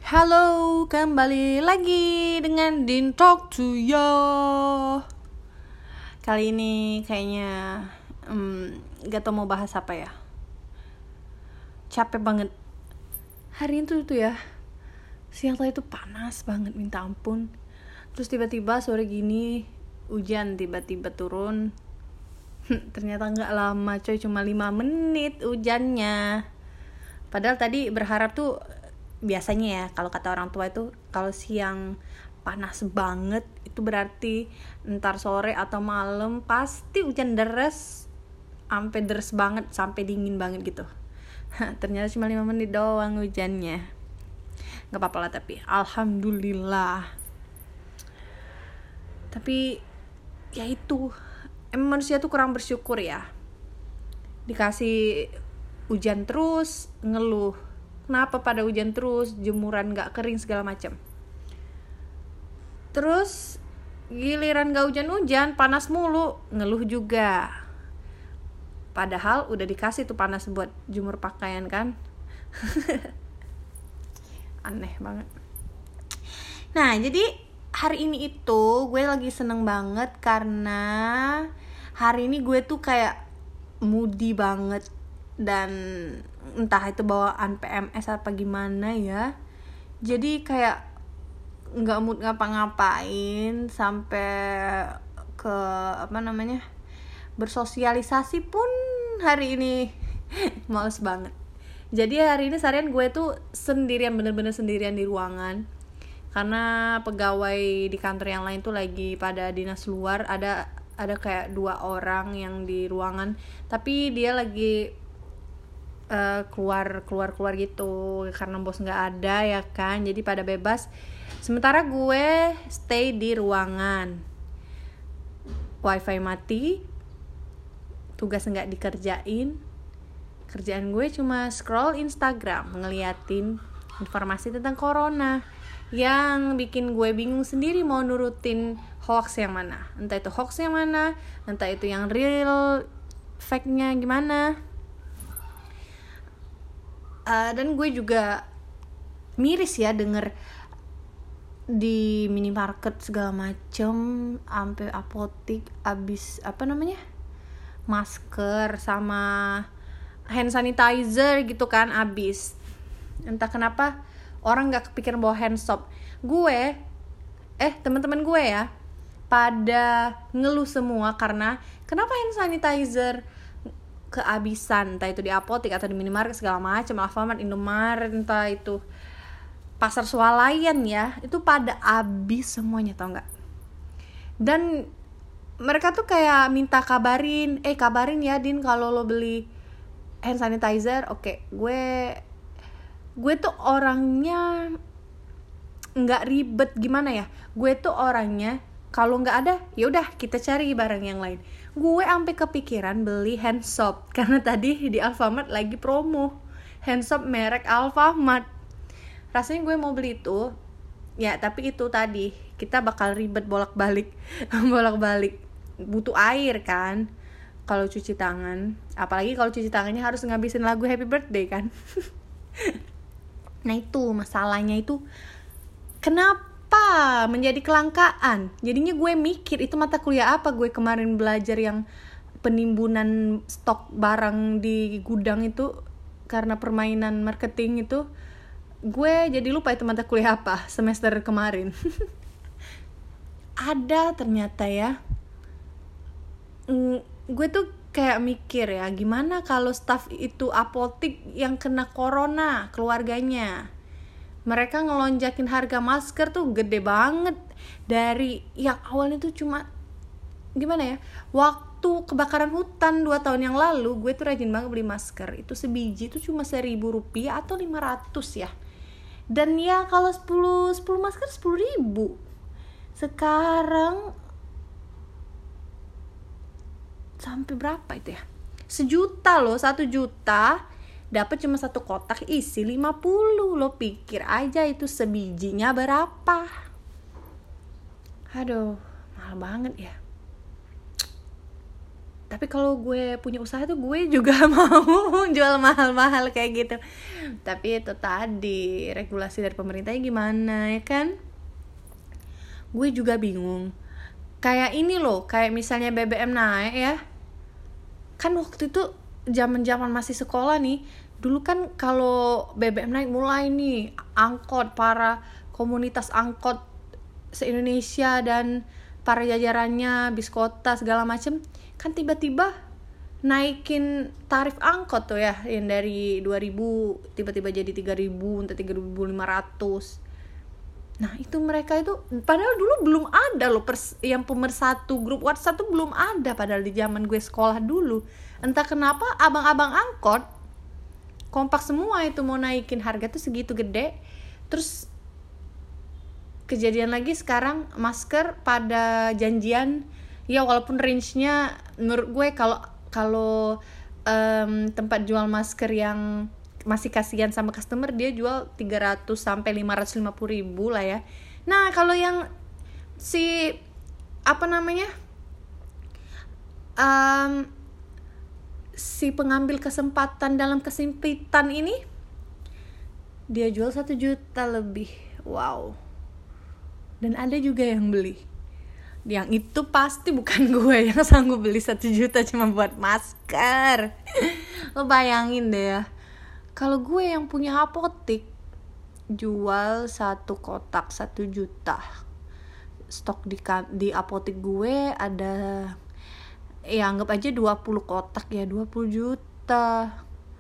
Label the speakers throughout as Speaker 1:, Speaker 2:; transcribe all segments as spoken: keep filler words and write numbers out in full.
Speaker 1: Halo, kembali lagi dengan Din Talk to You. Kali ini kayaknya um, gak tau mau bahas apa ya. Capek banget. Hari itu tuh ya, siang tadi tuh panas banget minta ampun. Terus tiba-tiba sore gini hujan tiba-tiba turun. Ternyata gak lama coy, cuma lima menit hujannya. Padahal tadi berharap tuh, biasanya ya kalau kata orang tua itu kalau siang panas banget itu berarti ntar sore atau malam pasti hujan deres, sampai deres banget, sampai dingin banget gitu. Ternyata cuma lima menit doang hujannya. Nggak apa-apa lah, tapi alhamdulillah. Tapi ya itu, emang manusia tuh kurang bersyukur ya. Dikasih hujan terus ngeluh. Kenapa pada hujan terus, jemuran gak kering segala macam. Terus giliran gak hujan-hujan, panas mulu, ngeluh juga. Padahal udah dikasih tuh panas buat jemur pakaian kan. Aneh banget. Nah, jadi hari ini itu gue lagi seneng banget karena hari ini gue tuh kayak moody banget. Dan entah itu bawaan P M S apa gimana ya, jadi kayak nggak mood ngapa-ngapain, sampai ke apa namanya bersosialisasi pun hari ini males banget. Jadi hari ini seharian gue tuh sendirian, bener-bener sendirian di ruangan, karena pegawai di kantor yang lain tuh lagi pada dinas luar. Ada ada kayak dua orang yang di ruangan, tapi dia lagi Uh, keluar keluar keluar gitu karena bos nggak ada ya kan, jadi pada bebas. Sementara gue stay di ruangan, wifi mati, tugas nggak dikerjain, kerjaan gue cuma scroll Instagram ngeliatin informasi tentang corona yang bikin gue bingung sendiri mau nurutin hoax yang mana, entah itu hoax yang mana, entah itu yang real fact-nya gimana. Uh, dan gue juga miris ya denger di minimarket segala macem, sampai apotik abis apa namanya masker sama hand sanitizer gitu kan abis. Entah kenapa orang nggak kepikiran bawa hand soap. Gue eh teman-teman gue ya pada ngeluh semua karena kenapa hand sanitizer kehabisan, entah itu di apotik atau di minimarket segala macam, Alfamart, Indomaret, entah itu pasar swalayan ya, itu pada habis semuanya, tau nggak? Dan mereka tuh kayak minta kabarin, eh kabarin ya Din kalau lo beli hand sanitizer. Oke, gue gue tuh orangnya nggak ribet gimana ya, gue tuh orangnya kalau nggak ada ya udah kita cari barang yang lain. Gue sampai kepikiran beli hand soap karena tadi di Alfamart lagi promo hand soap merek Alfamart. Rasanya gue mau beli itu ya, tapi itu tadi kita bakal ribet bolak-balik bolak-balik butuh air kan kalau cuci tangan, apalagi kalau cuci tangannya harus ngabisin lagu Happy Birthday kan. Nah itu masalahnya, itu kenapa menjadi kelangkaan. Jadinya gue mikir itu mata kuliah apa gue kemarin belajar yang penimbunan stok barang di gudang itu karena permainan marketing itu. Gue jadi lupa itu mata kuliah apa semester kemarin. Ada ternyata ya. Gue tuh kayak mikir ya, gimana kalau staf itu apotik yang kena corona keluarganya. Mereka ngelonjakin harga masker tuh gede banget. Dari yang awalnya tuh cuma gimana ya, waktu kebakaran hutan dua tahun yang lalu gue tuh rajin banget beli masker. Itu sebiji tuh cuma seribu rupiah atau lima ratus ya. Dan ya kalau sepuluh masker sepuluh ribu. Sekarang sampai berapa itu ya, sejuta loh, satu juta dapat cuma satu kotak isi lima puluh. Lo pikir aja itu sebijinya berapa. Aduh, mahal banget ya. Tapi kalau gue punya usaha tuh gue juga mau jual mahal-mahal kayak gitu. Tapi itu tadi regulasi dari pemerintahnya gimana ya kan? Gue juga bingung. Kayak ini loh, kayak misalnya B B M naik ya. Kan waktu itu zaman-zaman masih sekolah nih, dulu kan kalau B B M naik mulai nih angkot, para komunitas angkot se-Indonesia dan para jajarannya, bis kota segala macem kan tiba-tiba naikin tarif angkot tuh ya, yang dari dua ribu tiba-tiba jadi tiga ribu, entah tiga ribu lima ratus. Nah itu mereka itu padahal dulu belum ada loh pers- yang pemersatu grup WhatsApp tuh belum ada padahal di zaman gue sekolah dulu. Entah kenapa abang-abang angkot kompak semua itu mau naikin harga tuh segitu gede. Terus kejadian lagi sekarang masker pada janjian ya, walaupun range-nya menurut gue kalau kalau um, tempat jual masker yang masih kasihan sama customer dia jual tiga ratus sampai lima ratus lima puluh ribu lah ya. Nah kalau yang si apa namanya um, si pengambil kesempatan dalam kesempitan ini dia jual satu juta lebih. Wow. Dan ada juga yang beli. Yang itu pasti bukan gue yang sanggup beli satu juta cuma buat masker. Lo bayangin deh ya, kalau gue yang punya apotik jual satu kotak satu juta, stok di di apotik gue ada ya anggap aja dua puluh kotak ya, dua puluh juta.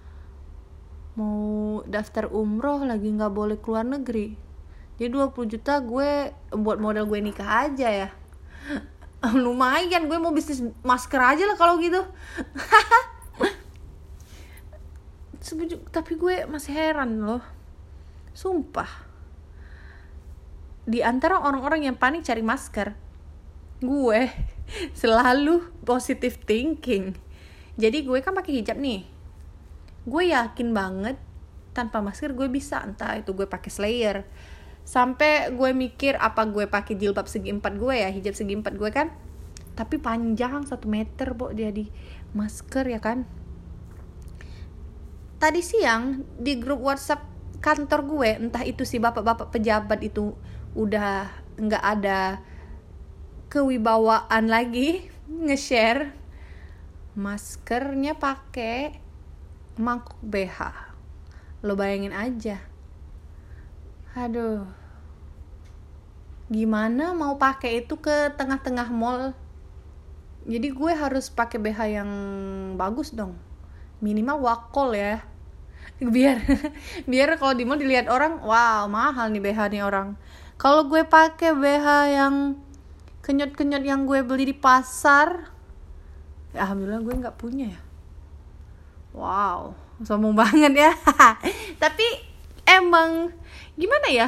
Speaker 1: Mau daftar umroh lagi nggak boleh keluar negeri, jadi dua puluh juta gue buat modal gue nikah aja ya. Lumayan, gue mau bisnis masker aja lah kalau gitu. Tapi gue masih heran loh, sumpah. Di antara orang-orang yang panik cari masker, gue selalu positive thinking. Jadi gue kan pakai hijab nih, gue yakin banget tanpa masker gue bisa, entah itu gue pakai slayer. Sampai gue mikir apa gue pakai jilbab segi empat gue ya, hijab segi empat gue kan, tapi panjang satu meter bo dia di masker ya kan. Tadi siang di grup WhatsApp kantor gue, entah itu si bapak-bapak pejabat itu udah nggak ada kewibawaan lagi nge-share maskernya pakai mangkok B H. Lo bayangin aja. Aduh, gimana mau pakai itu ke tengah-tengah mall? Jadi gue harus pakai B H yang bagus dong, minimal wakol ya, biar biar kalau di mall dilihat orang, wow mahal nih B H nih orang. Kalau gue pakai B H yang kenyot-kenyot yang gue beli di pasar, ya alhamdulillah gue nggak punya ya. Wow, sombong banget ya. Tapi emang gimana ya,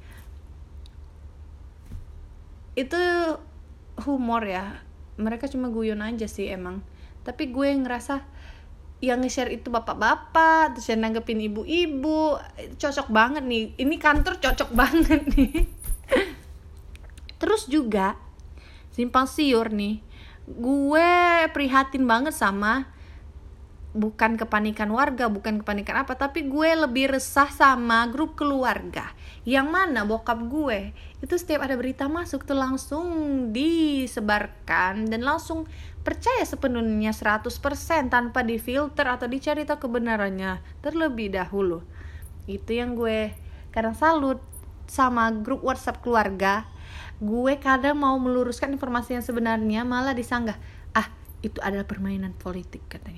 Speaker 1: itu humor ya, mereka cuma guyon aja sih emang. Tapi gue ngerasa yang nge-share itu bapak-bapak, terus yang nanggepin ibu-ibu, cocok banget nih, ini kantor cocok banget nih. Terus juga simpang siur nih, gue prihatin banget sama, bukan kepanikan warga, bukan kepanikan apa, tapi gue lebih resah sama grup keluarga yang mana bokap gue itu setiap ada berita masuk tuh langsung disebarkan dan langsung percaya sepenuhnya seratus persen tanpa difilter atau dicari tahu kebenarannya terlebih dahulu. Itu yang gue kadang salut sama grup WhatsApp keluarga. Gue kadang mau meluruskan informasi yang sebenarnya malah disanggah, ah itu adalah permainan politik katanya.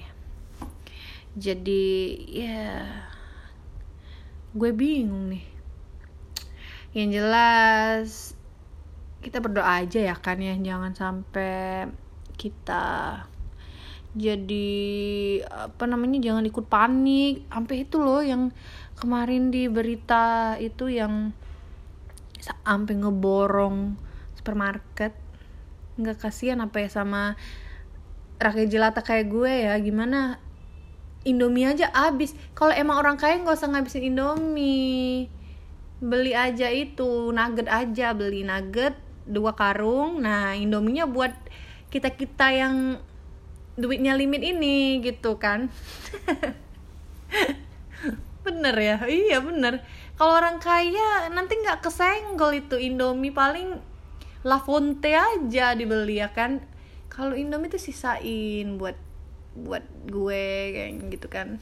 Speaker 1: Jadi ya gue bingung nih. Yang jelas kita berdoa aja ya kan ya, jangan sampai kita jadi apa namanya, jangan ikut panik sampai itu loh yang kemarin di berita itu yang sampai ngeborong supermarket. Nggak kasihan apa ya sama rakyat jelata kayak gue ya, gimana Indomie aja habis. Kalau emang orang kaya nggak usah ngabisin Indomie, beli aja itu nugget aja, beli nugget dua karung. Nah Indominya buat kita kita yang duitnya limit ini gitu kan. Bener ya, iya bener. Kalau orang kaya nanti nggak kesenggol itu Indomie, paling La Fonte aja dibeli ya kan. Kalau Indomie tuh sisain buat buat gue kayak gitu kan.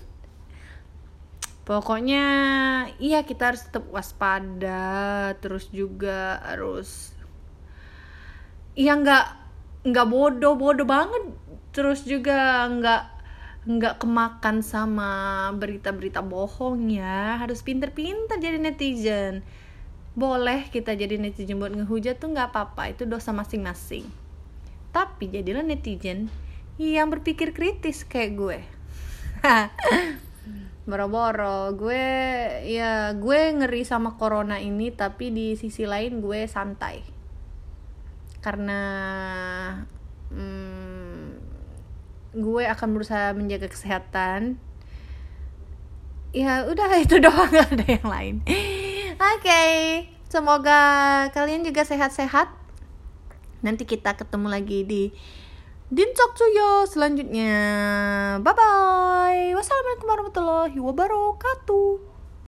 Speaker 1: Pokoknya iya kita harus tetap waspada, terus juga harus iya nggak nggak bodoh bodoh banget, terus juga nggak nggak kemakan sama berita-berita bohong ya. Harus pinter-pinter jadi netizen. Boleh kita jadi netizen buat ngehujat tuh nggak apa-apa, itu dosa masing-masing. Tapi jadilah netizen yang berpikir kritis kayak gue. Boro-boro gue ya gue ngeri sama corona ini, tapi di sisi lain gue santai karena hmm, gue akan berusaha menjaga kesehatan. Ya udah itu doang, gak ada yang lain. Oke, okay. Semoga kalian juga sehat-sehat. Nanti kita ketemu lagi di Dinsoksuyo selanjutnya. Bye bye. Wassalamualaikum warahmatullahi wabarakatuh.